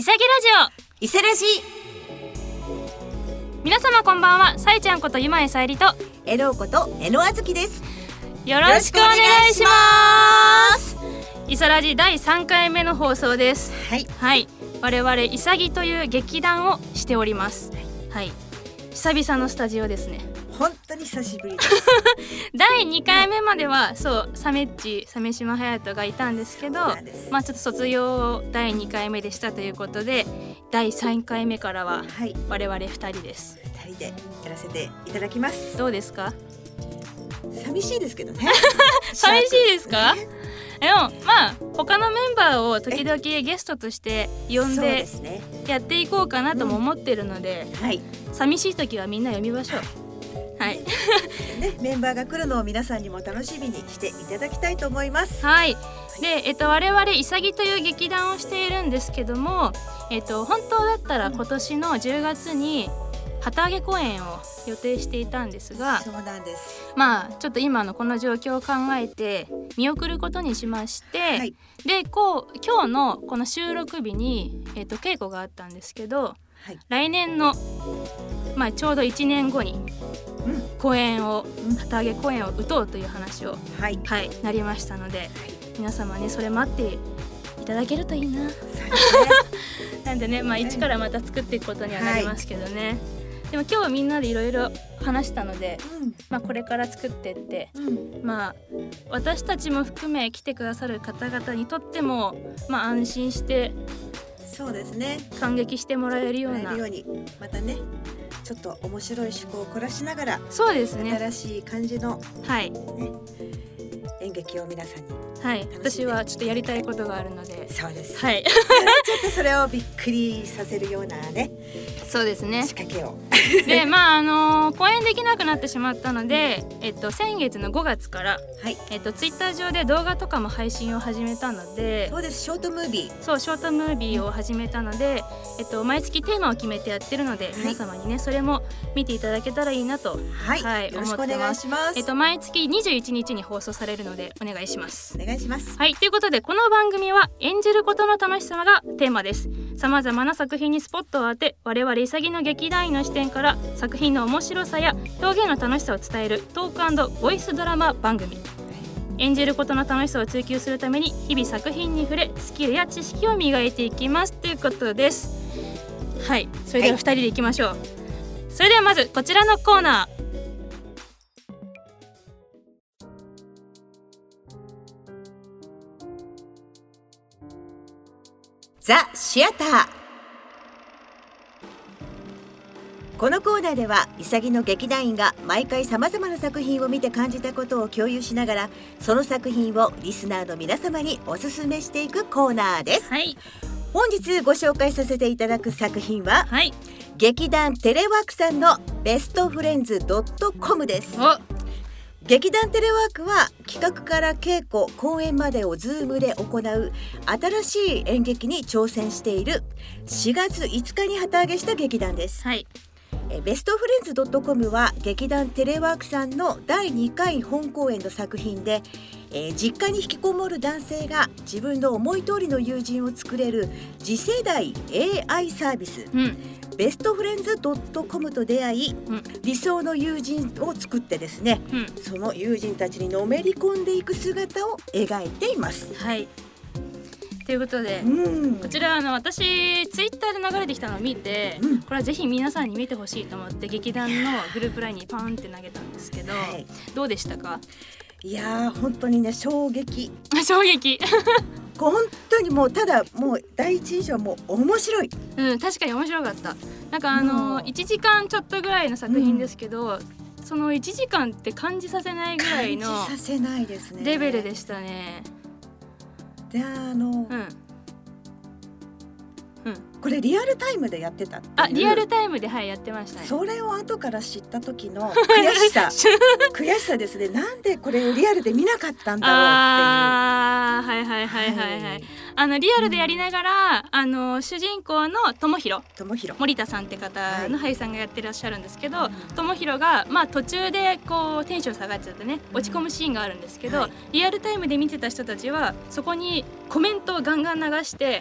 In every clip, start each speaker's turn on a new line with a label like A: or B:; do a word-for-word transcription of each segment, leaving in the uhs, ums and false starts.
A: さぎラジ
B: オ伊勢ラジ。
A: 皆様こんばんは。さえちゃんことゆまえさえりと
B: えろうことえのあずきです。
A: よろしくお願いします。伊勢ラジだいさんかいめの放送です。
B: はい、
A: はい、我々いさぎという劇団をしております。はい、久々のスタジオですね。
B: 本当に久しぶりです
A: だいにかいめまではそうサメッチ鮫島隼人がいたんですけど、まあちょっと卒業だいにかいめでしたということで、だいさんかいめからは我々ふたりです。
B: ふたりでやらせていただきます。
A: どうですか？
B: 寂しいですけどね
A: 寂しいですか？でもまあ他のメンバーを時々ゲストとして呼んでやっていこうかなとも思ってるので、
B: うんはい、
A: 寂しい時はみんな呼びましょう。はい
B: ね、メンバーが来るのを皆さんにも楽しみにしていただきたいと思います。
A: はい。で、えっと、我々いさぎという劇団をしているんですけども、えっと、本当だったら今年のじゅうがつに旗揚げ公演を予定していたんですが、
B: そうなんです。
A: まあちょっと今のこの状況を考えて見送ることにしまして、はい、でこう今日のこの収録日に、えっと、稽古があったんですけど、はい、来年の、まあ、ちょうどいちねんごに公演を、うん、旗揚げ公演を打とうという話を、はいはい、なりましたので、はい、皆様ねそれ待っていただけるといいな。そうですねなんでね、まあ、一からまた作っていくことにはなりますけどね、はい、でも今日はみんなでいろいろ話したので、うんまあ、これから作っていって、うんまあ、私たちも含め来てくださる方々にとっても、まあ、安心して
B: そうですね
A: 感激してもらえるような
B: ようにまたねちょっと面白い趣向を凝らしながら、
A: そうですね、
B: 新しい感じの、
A: はい
B: ね、演劇を皆さんに
A: はい、私はちょっとやりたいことがあるので、
B: そうです、
A: はい、
B: ちょっとそれをびっくりさせるようなね
A: そうですね
B: 仕掛けを
A: でまああのー、公演できなくなってしまったので、えっと、先月のごがつから、はいえっと、ツイッター上で動画とかも配信を始めたので、
B: そうですショートムービー
A: そうショートムービーを始めたので、えっと、毎月テーマを決めてやってるので、はい、皆様にねそれも見ていただけたらいいなと、
B: はいはい、よろしくお願いします。
A: えっと、毎月にじゅういちにちに放送されるのでお願いします。
B: お願いします。
A: はい、ということでこの番組は演じることの楽しさがテーマです。さまざまな作品にスポットを当て、我々いさぎの劇団員の視点から作品の面白さや表現の楽しさを伝えるトーク&ボイスドラマ番組。演じることの楽しさを追求するために日々作品に触れスキルや知識を磨いていきますということです。はい、それではふたりでいきましょう、はい、それではまずこちらのコーナー、
B: ザ・シアター。このコーナーではイサギの劇団員が毎回さまざまな作品を見て感じたことを共有しながら、その作品をリスナーの皆様におすすめしていくコーナーです、はい、本日ご紹介させていただく作品は、はい、劇団テレワークさんのベストフレンズ .com です。劇団テレワークは企画から稽古公演までをズームで行う新しい演劇に挑戦しているしがついつかに旗揚げした劇団です、はい、えベストフレンズ .com は劇団テレワークさんのだいにかい本公演の作品で、えー、実家に引きこもる男性が自分の思い通りの友人を作れる次世代 エーアイ サービス、うんベストフレンズ .com と出会い、うん、理想の友人を作ってですね、うん、その友人たちにのめり込んでいく姿を描いています。
A: はい、ということで、うん、こちらあの私ツイッターで流れてきたのを見て、うん、これはぜひ皆さんに見てほしいと思って劇団のグループラインにパーンって投げたんですけど、はい、どうでしたか？
B: いやー本当にね衝撃
A: 衝撃
B: 本当にもうただもう第一印象はもう面白い。
A: うん確かに面白かった。なんかあのいちじかんちょっとぐらいの作品ですけど、うん、そのいちじかんって感じさせないぐらいの
B: 感じさせないですね
A: レベルでしたね。
B: であの、うんうん、これリアルタイムでやってたっていう。
A: あリアルタイムではいやってましたね。
B: それを後から知った時の悔しさ悔しさですね。なんでこれをリアルで見なかったんだろうっていう。
A: あはいはいはいはいはい、はい、あのリアルでやりながら、うん、あの主人公の友広森田さんって方の俳優さんがやってらっしゃるんですけど、はい、友広が、まあ、途中でこうテンション下がっちゃってね落ち込むシーンがあるんですけど、はい、リアルタイムで見てた人たちはそこにコメントをガンガン流して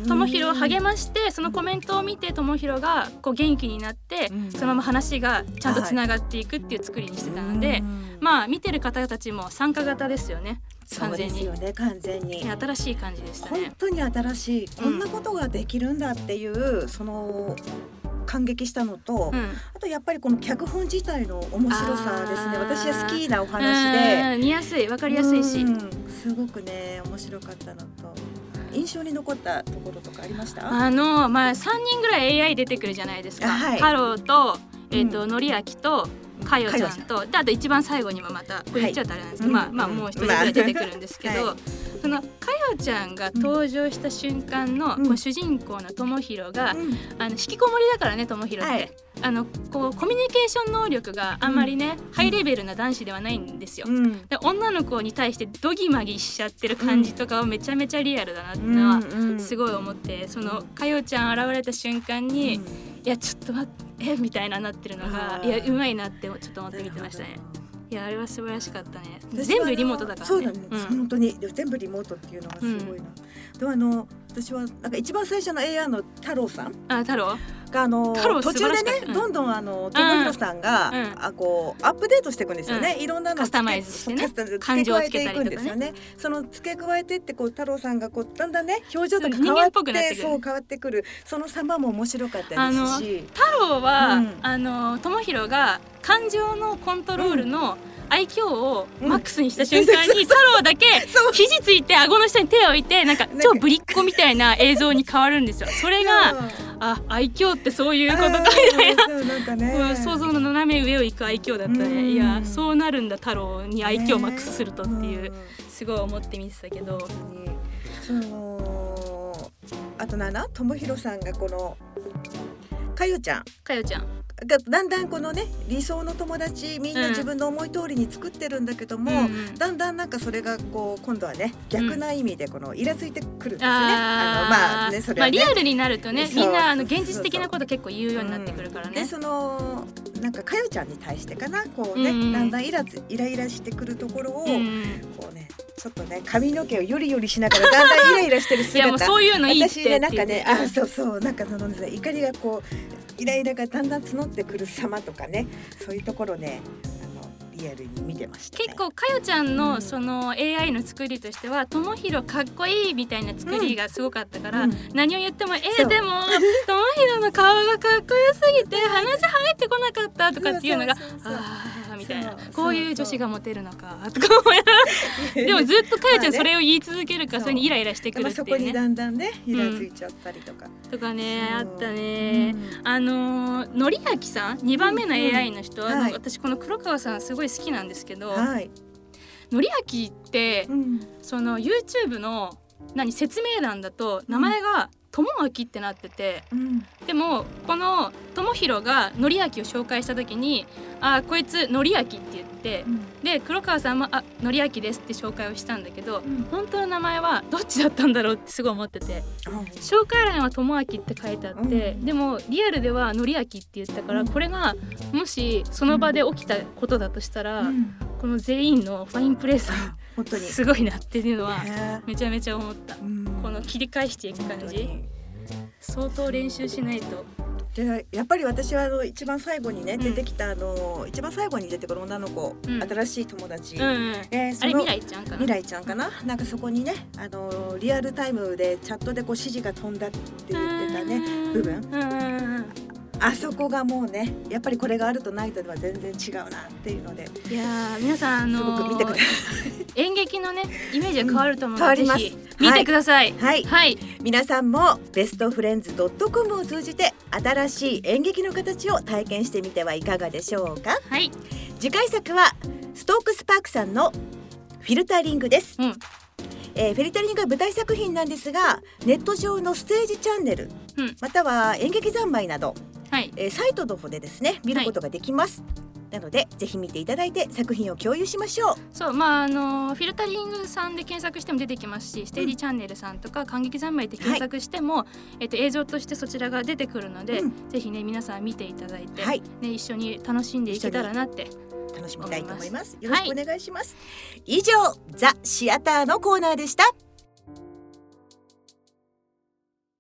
A: 智弘を励まして、そのコメントを見て智弘がこう元気になって、うん、そのまま話がちゃんとつながっていくっていう作りにしてたので、はい、まあ見てる方たちも参加型ですよね。完全に
B: そうですよね、完全に
A: 新しい感じでしたね。
B: 本当に新しい、こんなことができるんだっていう、うん、その感激したのと、うん、あとやっぱりこの脚本自体の面白さですね。私は好きなお話で
A: 見やすい、分かりやすいし、うん、
B: すごくね面白かったのと、印象に残ったところとかありました？
A: あの、まあ、さんにんぐらい エーアイ 出てくるじゃないですか、はい、太郎と、えーとうん、典明とかよちゃんと、であと一番最後にもまたこれ言っちゃうとあれなんですけど、はい、まあ、まあもう一人ぐらい出てくるんですけど、まあはい、そのかよちゃんが登場した瞬間の、うん、こう主人公の智弘が、うん、あの引きこもりだからね、智弘って、はい、あのこうコミュニケーション能力があんまりね、うん、ハイレベルな男子ではないんですよ、うん、で女の子に対してドギマギしちゃってる感じとかはめちゃめちゃリアルだなってのはすごい思って、そのかよちゃん現れた瞬間に、うん、いやちょっと待ってえみたいななってるのが、いやうまいなってちょっと思って見てましたね。いやあれは素晴らしかったね。全部リモートだからね。
B: そうだね、うん、本当に全部リモートっていうのがすごいな、うん、であの私はなんか一番最初の エーアイ の太郎さん
A: あ太郎
B: があの途中でね、うん、どんどんあの智弘さんが、うん、あこうアップデートしていくんですよね、うん、いろんなの
A: カスタマイズしてね、
B: 感情をつけたりとかね、その付け加えてってこう太郎さんがこうだんだんね表情とか変わってそう変わってくる、その様も面白かったですし、
A: 太郎は、うん、あの智弘が感情のコントロールの、うん愛嬌をマックスにした瞬間に太郎だけ肘ついて顎の下に手を置いてなんか超ぶりっ子みたいな映像に変わるんですよ。それがあ愛嬌ってそういうことかみたいな、なんか、ね、想像の斜め上を行く愛嬌だったね。いやそうなるんだ太郎に愛嬌をマックスするとっていうすごい思って見てたけど、
B: そのあとなな智弘さんがこのかよちゃん
A: かよちゃん
B: だんだんこのね理想の友達みんな自分の思い通りに作ってるんだけども、うん、だんだんなんかそれがこう今度はね逆な意味でこのイラついてくるんですね、うん、あのまあねそれはね、
A: まあ、リアルになるとねみんなあの現実的なこと結構言うようになってくるからね、
B: うん、でそのなんかかよちゃんに対してかなこうね、うん、だんだんイラつイライラしてくるところを、うん、こうねちょっとね髪の毛をよりよりしながらだんだんイライラしてる姿いやもう
A: そういうのいいって
B: 私ねなんかねあそうそうなんかその、ね、怒りがこうイライラがだんだん募ってくる様とかね、そういうところねあのリアルに見てました、ね、
A: 結構かよちゃんのその エーアイ の作りとしては智弘かっこいいみたいな作りがすごかったから、うん、何を言ってもえー、でも智弘の顔がかっこよすぎて話入ってこなかったとかっていうのがあーみたいな、こういう女子がモテるのかとか思いながらでもずっとかよちゃんそれを言い続けるからそれにイライラしてくるっていうね、
B: そこにだんだんねイラついちゃったりとか、
A: うん、とかねあったね、うん、あの典明さんにばんめの エーアイ の人、うんはい、私この黒川さんすごい好きなんですけど、はい、典明って、うん、その YouTube の何説明欄だと名前が智明ってなってて、うん、でもこの智弘が典明を紹介した時にあこいつ典明って言って、うん、で黒川さんもあ典明ですって紹介をしたんだけど、うん、本当の名前はどっちだったんだろうってすごい思ってて、うん、紹介欄は智明って書いてあって、うん、でもリアルでは典明って言ったから、うん、これがもしその場で起きたことだとしたら、うん、この全員のファインプレーさ本当にすごいなっていうのはめちゃめちゃ思った、うん、この切り返していく感じ相当練習しないと。
B: でやっぱり私はあの一番最後にね、うん、出てきたあの一番最後に出てくる女の子、うん、新しい友達、うんうん
A: えー、そのあれ未来ちゃんかな
B: 未来ちゃんかななんかそこにねあのリアルタイムでチャットでこう指示が飛んだって言ってたね部分、うんあそこがもうねやっぱりこれがあるとないとでは全然違うなっていうので
A: いや皆さんあのー、
B: すごく見てくださ
A: い演劇のねイメージが変わると思うので、うん、ぜひ見てください、
B: はい、はい、皆さんもベストフレンズドットコムを通じて新しい演劇の形を体験してみてはいかがでしょうか、
A: はい、
B: 次回作はストークスパークさんのフィルタリングです、うんえー、フィルタリングは舞台作品なんですがネット上のステージチャンネル、うん、または演劇三昧などはいえー、サイトの方でですね見ることができます、はい、なのでぜひ見ていただいて作品を共有しましょう。
A: そうまああのフィルタリングさんで検索しても出てきますしステージチャンネルさんとか観劇三昧で検索しても、はいえー、と映像としてそちらが出てくるので、うん、ぜひね皆さん見ていただいて、はいね、一緒に楽しんでいけたらなって
B: 楽しみたいと思います。よろしくお願いします、はい、以上ザ・シアターのコーナーでした。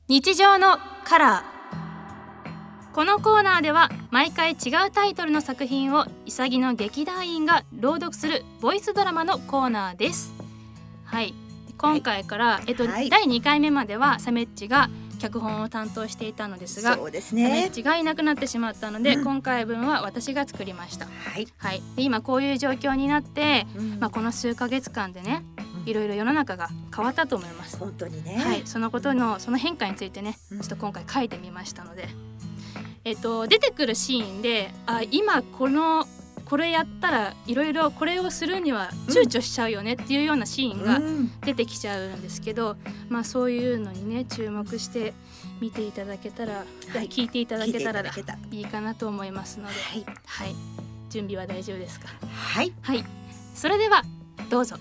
A: 日常のカラー。このコーナーでは毎回違うタイトルの作品を潔の劇団員が朗読するボイスドラマのコーナーです。はい、今回から、はいえっとはい、だいにかいめまではサメッチが脚本を担当していたのですが、
B: そうですね、
A: サメッチがいなくなってしまったので、うん、今回分は私が作りました。
B: はい、
A: はい、で今こういう状況になって、うんまあ、この数ヶ月間でね、いろいろ世の中が変わったと思います。
B: 本当にね、
A: はい、そのことのその変化についてね、ちょっと今回書いてみましたので、えっと、出てくるシーンであ今このこれやったらいろいろこれをするには躊躇しちゃうよねっていうようなシーンが出てきちゃうんですけど、まあそういうのにね注目して見ていただけたら、はい、聞いていただけたらいいかなと思いますので、はいはい、準備は大丈夫ですか？
B: はい、
A: はい、それではどうぞ。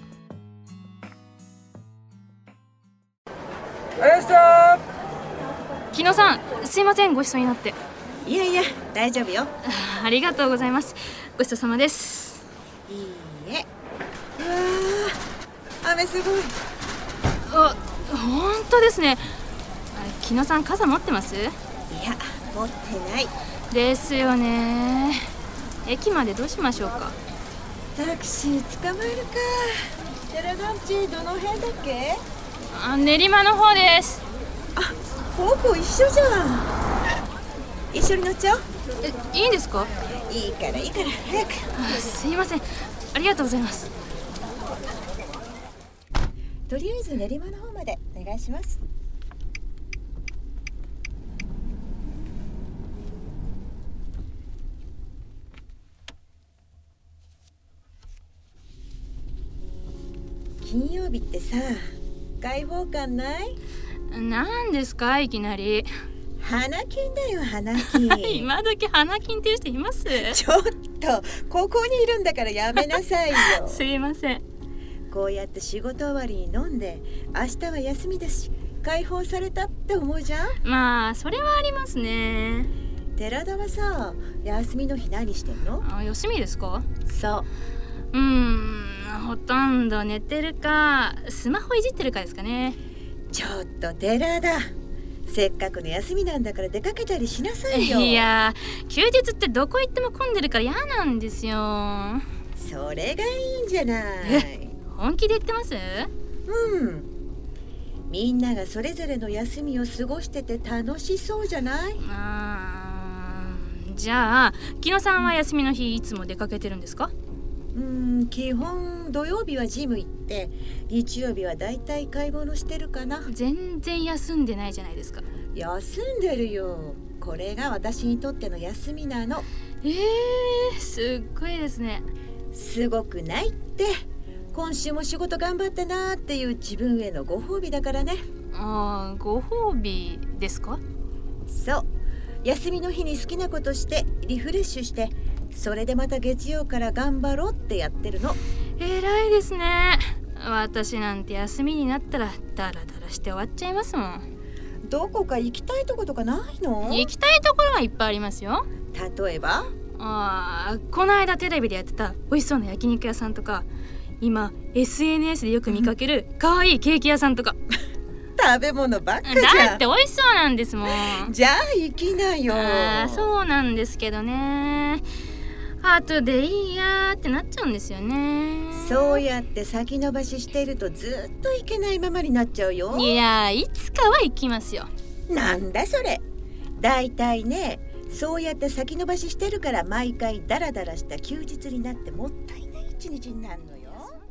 C: あやさ
A: ん、木野さんすいません、ごちそうになって。
B: いやいや大丈夫よ。
A: ありがとうございます。ごちそうさまです。
B: いいえ。うわ雨すごい。
A: あ、本当ですね。木野さん傘持ってます？いや
B: 持ってない
A: ですよね。駅までどうしましょうか？
B: タクシー捕まえるか。寺団地どの辺だっけ？
A: あ、練馬の方です。
B: あ、方向一緒じゃん。一緒に乗っちゃおう。
A: え、いいんですか？
B: いいからいいから早く。
A: すいません、ありがとうございます。
B: とりあえず練馬の方までお願いします。金曜日ってさ、開放感ない？
A: なんですかいきなり。
B: 花金だよ花金。
A: 今時花金っていう人います？
B: ちょっとここにいるんだからやめなさいよ。
A: すいません。
B: こうやって仕事終わりに飲んで明日は休みだし解放されたって思うじゃん。
A: まあそれはありますね。
B: 寺田はさ、休みの日何してんの？
A: あ、休みですか？
B: そう。
A: うーん、ほとんど寝てるかスマホいじってるかですかね。
B: ちょっと寺田、せっかくの休みなんだから出かけたりしなさいよ。
A: いや休日ってどこ行っても混んでるから嫌なんですよ。
B: それがいいんじゃない。
A: 本気で言ってます？
B: うん、みんながそれぞれの休みを過ごしてて楽しそうじゃない？
A: あー、じゃあ木野さんは休みの日いつも出かけてるんですか？
B: うん、基本土曜日はジム行って日曜日はだいたい買い物してるかな。
A: 全然休んでないじゃないですか。
B: 休んでるよ。これが私にとっての休みなの。
A: えー、すっごいですね。
B: すごくないって。今週も仕事頑張ったなっていう自分へのご褒美だからね。
A: あー、ご褒美ですか？
B: そう、休みの日に好きなことしてリフレッシュして、それでまた月曜から頑張ろうってやってるの。
A: 偉いですね。私なんて休みになったらダラダラして終わっちゃいますもん。
B: どこか行きたいとことかないの？
A: 行きたいところはいっぱいありますよ。
B: 例えば？
A: あー、この間テレビでやってた美味しそうな焼肉屋さんとか、今 エスエヌエス でよく見かける可愛いケーキ屋さんとか。
B: 食べ物ばっかじゃん。
A: だって美味しそうなんですもん。
B: じゃあ行きなよ。
A: あ、そうなんですけどね、後でいいやってなっちゃうんですよね。
B: そうやって先延ばししてるとずっと行けないままになっちゃうよ。
A: いや、いつかは行きますよ。
B: なんだそれ。だいたいね、そうやって先延ばししてるから毎回ダラダラした休日になってもったいない一日になるのよ。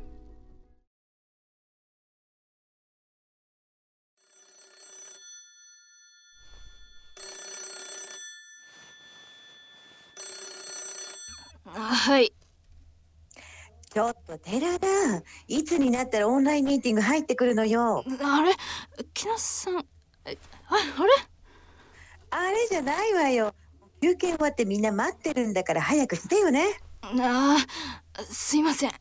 A: はい。
B: ちょっと寺田、いつになったらオンラインミーティング入ってくるのよ。
A: あれ、木梨さん、あ、あれ
B: あれじゃないわよ。休憩終わってみんな待ってるんだから早くしてよね。
A: ああ、すいません。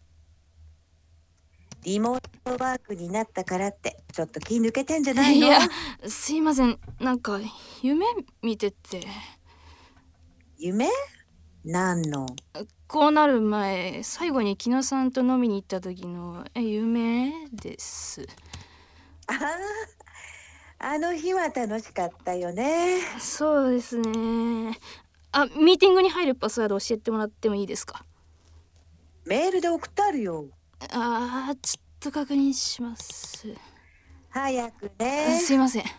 B: リモートワークになったからってちょっと気抜けてんじゃないの？
A: いや、すいません、なんか夢見てて。
B: 夢？何の？
A: こうなる前、最後に木野さんと飲みに行った時の夢です。
B: ああの日は楽しかったよね。
A: そうですね。あ、ミーティングに入るパスワード教えてもらってもいいですか？
B: メールで送ってあるよ。
A: あー、ちょっと確認します。
B: 早くね。
A: すいません。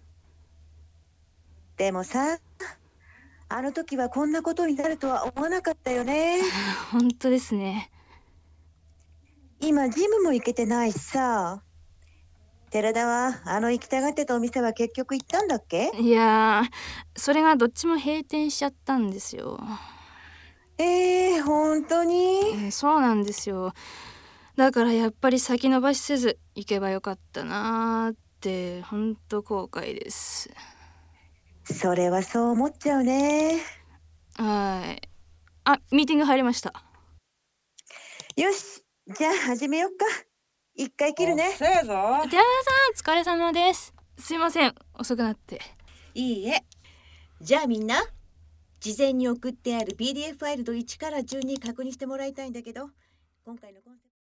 B: でもさ、あの時はこんなことになるとは思わなかったよね。
A: 本当ですね。
B: 今ジムも行けてないしさ。寺田はあの行きたがってたお店は結局行ったんだっけ？
A: いやー、それがどっちも閉店しちゃったんですよ。
B: えー、本当に？
A: うん、そうなんですよ。だからやっぱり先延ばしせず行けばよかったなーって本当後悔です。
B: それはそう思っちゃうね。
A: はい。あ、ミーティング入りました。
B: よし、じゃあ始めよっか。一回切るね。
C: 遅いぞ。
A: 寺田さん、お疲れ様です。すいません、遅くなって。
B: いいえ。じゃあみんな、事前に送ってある ピーディーエフ ファイルのいちから順に確認してもらいたいんだけど、今回のコンセプ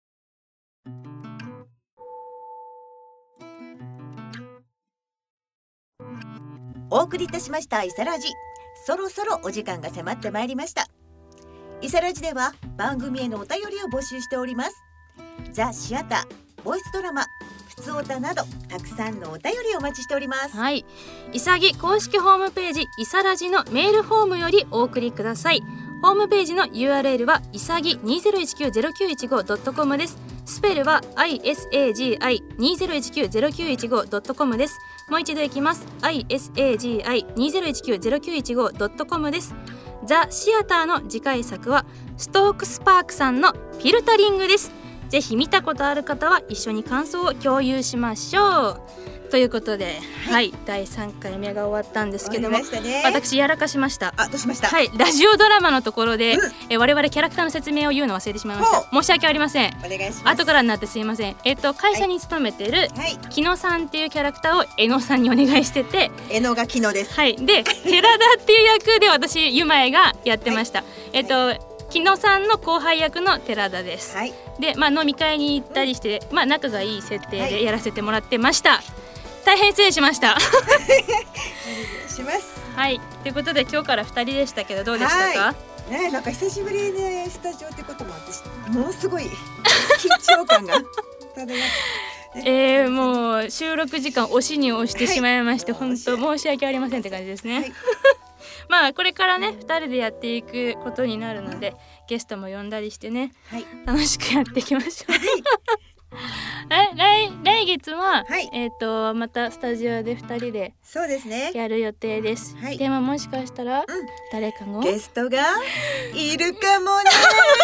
B: トお送りいたしましたイサラジ。そろそろお時間が迫ってまいりました。イサラジでは番組へのお便りを募集しております。ザ・シアター、ボイスドラマ、ふつおたなどたくさんのお便りをお待ちしております。
A: はい、いさぎ公式ホームページいさらじのメールフォームよりお送りください。ホームページの ユーアールエル はいさぎ にせんじゅうきゅう ゼロきゅういちご ドットコム です。スペルは アイエスエージーアイ にせんじゅうきゅう ゼロきゅういちご ドットコム です。もう一度いきます。 アイエスエージーアイ にせんじゅうきゅう ゼロきゅういちご ドットコム です。ザ・シアターの次回作はストークスパークさんのフィルタリングです。ぜひ見たことある方は一緒に感想を共有しましょうということで、はい、はい、だいさんかいめが終わったんですけども、ね、私やらかしました。
B: あ、どうしました？
A: はい、ラジオドラマのところで、うん、え我々キャラクターの説明を言うの忘れてしまいました。申し訳ありません。
B: お願いします。
A: 後からになってすいません。えっと会社に勤めてる木野さんっていうキャラクターをえのさんにお願いしてて、
B: えのが木野です。
A: はい、で寺田っていう役で私ゆまえがやってました。はい、えっと、はい、木野さんの後輩役の寺田です。はい、で、まあ、飲み会に行ったりして、まあ、仲がいい設定でやらせてもらってました。はい、大変失礼しました。
B: します。
A: はい、ということで今日からふたりでしたけどどうでしたか？
B: はい、ね、なんか久しぶりでスタジオってこともあってものすごい緊張感が漂って。
A: えー、もう収録時間押しに押してしまいまして、はい、本当申し訳ありませんって感じですね。はい、まあこれからねふたりでやっていくことになるのでゲストも呼んだりしてね、はい、楽しくやっていきましょう。はい、来, 来月は、はい、えー、とまたスタジオでふたりで
B: そうですね
A: やる予定です。はい、でももしかしたら、うん、誰かの
B: ゲストがいるかもね。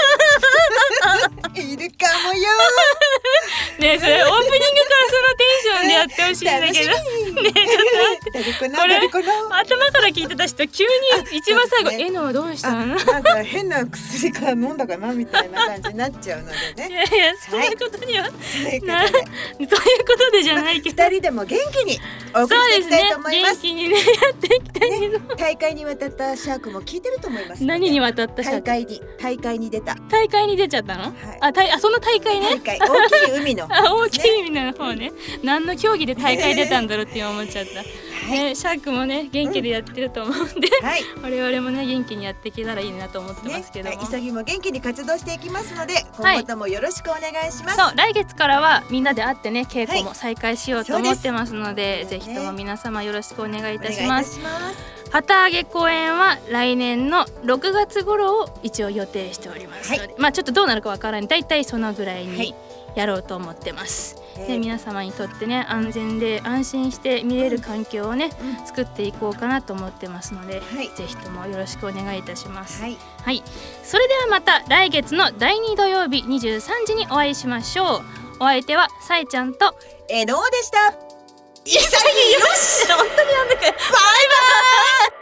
B: いるかもよ。
A: ねえ、それオープニングからそのテンションでやってほしいんだけど。ねえ、ちょっとこれ頭から聞いてた人急に一番最後、ね、えのどうしたの？
B: なんか変な薬から飲んだかなみたいな感じになっちゃうのでね。
A: いやいや、そういうことには、はい、なそういうことでじゃないけど、
B: 二人でも元気にお送りしていきたいと思います。
A: そうですね、元気にねやっていきたいけど、
B: ね、大会に渡ったシャークも聞いてると思います。
A: 何に渡ったシャーク？
B: 大会に大会に出た。
A: 大会に出ちゃったの？はい、あ、たいあその大会ね。
B: 大会、大きい海の、
A: ね、大きい海の方ね。何の競技で大会出たんだろうって思っちゃった。はい、ね、シャークもね元気でやってると思うんで、うん、はい、我々もね元気にやっていけたらいいなと思ってますけども、
B: ね、はい、潔も元気に活動していきますので今後ともよろしくお願いします。
A: はい、そう来月からはみんなで会ってね稽古も再開しようと思ってますので、はい、ぜひとも皆様よろしくお願いいたします。旗揚げ公演は来年のろくがつ頃を一応予定しておりますので、はい、まあちょっとどうなるかわからない、だいたいそのぐらいにやろうと思ってます。はい、で皆様にとってね安全で安心して見れる環境をね、うん、作っていこうかなと思ってますので、はい、ぜひともよろしくお願いいたします。はい、はい、それではまた来月のだいに土曜日にじゅうさんじにお会いしましょう。お相手はさえちゃんと
B: えのでした。
A: いさぎよし本当にやんなくバイバーイ。